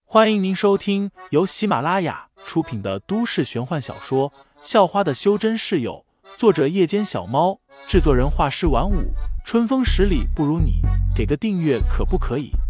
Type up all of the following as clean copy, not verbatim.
欢迎您收听由喜马拉雅出品的都市玄幻小说《校花的修真室友》，作者夜间小猫，制作人画师晚舞，春风十里不如你，给个订阅可不可以？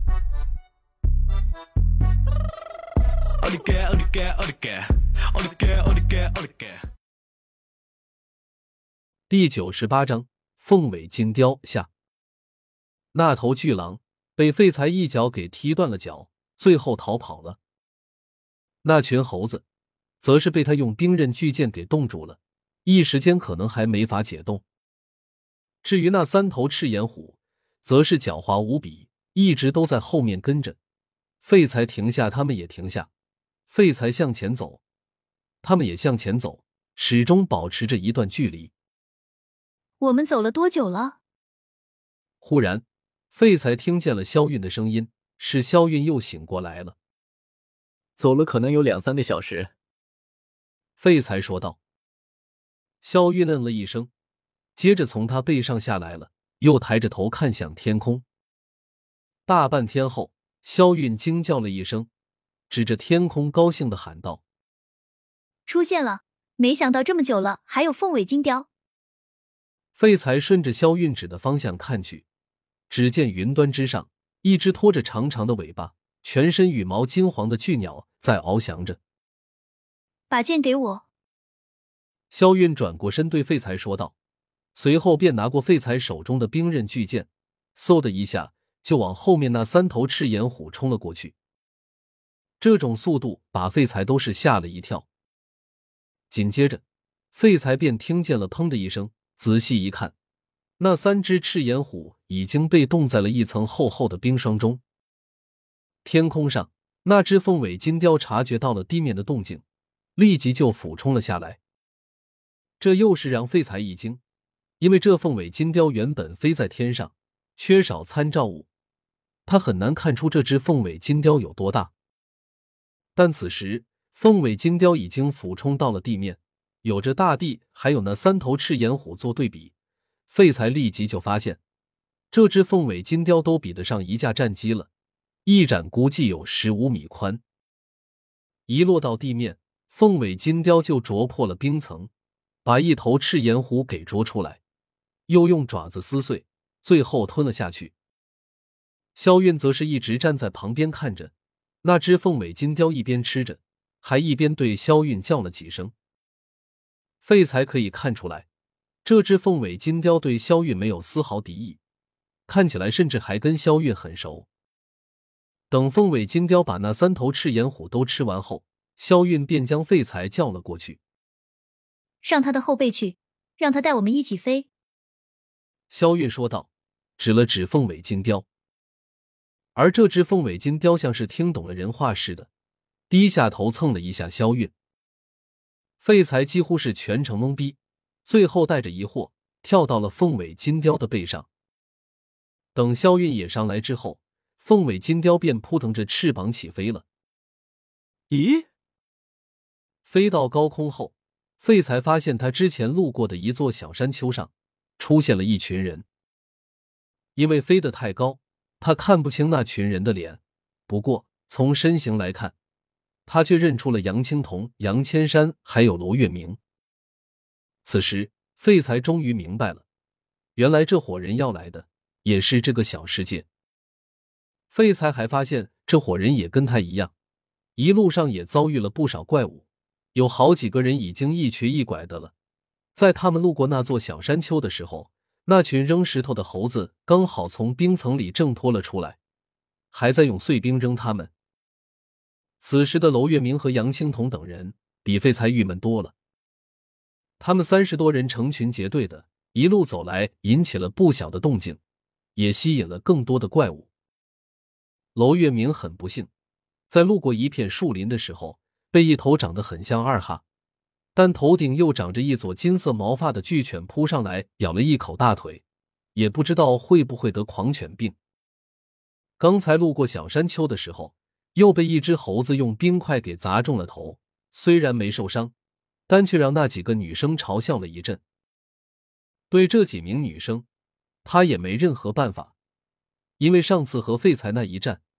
第98章凤尾金雕下。那头巨狼被废材一脚给踢断了脚，最后逃跑了。那群猴子则是被他用冰刃巨剑给冻住了，一时间可能还没法解冻。至于那三头赤炎虎则是狡猾无比，一直都在后面跟着。废材停下，他们也停下；废材向前走，他们也向前走，始终保持着一段距离。 我们走了多久了？ 忽然废材听见了萧韵的声音，是萧韵又醒过来了。 走了可能有2-3个小时。 废材说道。萧韵嗯了一声，接着从他背上下来了，又抬着头看向天空。大半天后，萧韵惊叫了一声，指着天空高兴地喊道： 出现了，没想到这么久了还有凤尾金雕。 废材顺着萧韵指的方向看去，只见云端之上，一只拖着长长的尾巴，全身羽毛金黄的巨鸟在翱翔着。 把剑给我。 萧韵转过身对废材说道，随后便拿过废材手中的冰刃巨剑，嗖的一下就往后面那三头赤炎虎冲了过去。这种速度把废材都是吓了一跳。紧接着废材便听见了砰的一声，仔细一看，那3只赤炎虎已经被冻在了一层厚厚的冰霜中。天空上那只凤尾金雕察觉到了地面的动静，立即就俯冲了下来。这又是让废材一惊，因为这凤尾金雕原本飞在天上，缺少参照物，他很难看出这只凤尾金雕有多大。但此时凤尾金雕已经俯冲到了地面，有着大地还有那3头赤炎虎做对比，废材立即就发现这只凤尾金雕都比得上一架战机了，一展估计有15米宽。一落到地面，凤尾金雕就啄破了冰层，把一头赤炎虎给啄出来，又用爪子撕碎，最后吞了下去。萧韵则是一直站在旁边看着，那只凤尾金雕一边吃着，还一边对萧韵叫了几声。废材可以看出来，这只凤尾金雕对萧韵没有丝毫敌意，看起来甚至还跟萧韵很熟。等凤尾金雕把那3头赤炎虎都吃完后，萧韵便将废材叫了过去。 上他的后背去，让他带我们一起飞。 萧韵说道，指了指凤尾金雕。而这只凤尾金雕像是听懂了人话似的，低下头蹭了一下萧韵。废材几乎是全程懵逼，最后带着疑惑跳到了凤尾金雕的背上。等萧韵也上来之后，凤尾金雕便扑腾着翅膀起飞了。 咦？ 飞到高空后，废材发现他之前路过的一座小山丘上出现了一群人。因为飞得太高，他看不清那群人的脸，不过从身形来看，他却认出了杨青铜、杨千山还有罗月明。此时废材终于明白了，原来这伙人要来的也是这个小世界。废材还发现这伙人也跟他一样，一路上也遭遇了不少怪物，有好几个人已经一瘸一拐的了。在他们路过那座小山丘的时候，那群扔石头的猴子刚好从冰层里挣脱了出来，还在用碎冰扔他们。此时的娄月明和杨青铜等人比废材郁闷多了，他们30多人成群结队的一路走来，引起了不小的动静，也吸引了更多的怪物。娄月明很不幸，在路过一片树林的时候，被一头长得很像二哈，但头顶又长着一撮金色毛发的巨犬扑上来，咬了一口大腿，也不知道会不会得狂犬病。刚才路过小山丘的时候，又被一只猴子用冰块给砸中了头，虽然没受伤，但却让那几个女生嘲笑了一阵。对这几名女生，他也没任何办法，因为上次和废材那一战，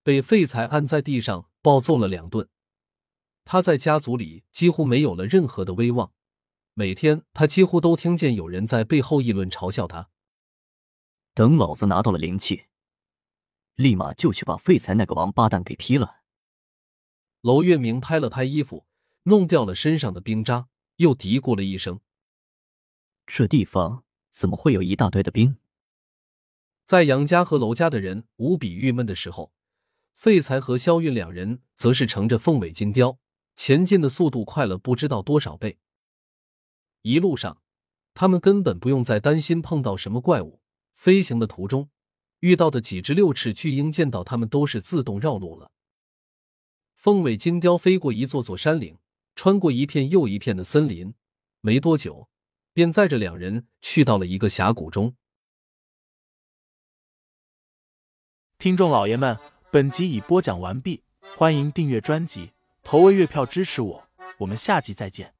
被废材按在地上暴揍了2顿。他在家族里几乎没有了任何的威望，每天他几乎都听见有人在背后议论嘲笑他。 等老子拿到了灵气，立马就去把废材那个王八蛋给劈了。 娄月明拍了拍衣服，弄掉了身上的冰渣，又嘀咕了一声： 这地方怎么会有一大堆的冰？ 在杨家和娄家的人无比郁闷的时候，废材和萧韵2人则是乘着凤尾金雕，前进的速度快了不知道多少倍。一路上，他们根本不用再担心碰到什么怪物，飞行的途中遇到的几只6翅巨鹰见到他们都是自动绕路了。凤尾金雕飞过一座座山岭，穿过一片又一片的森林，没多久便载着2人去到了一个峡谷中。 听众老爷们，本集已播讲完毕，欢迎订阅专辑，投喂月票支持我，我们下集再见。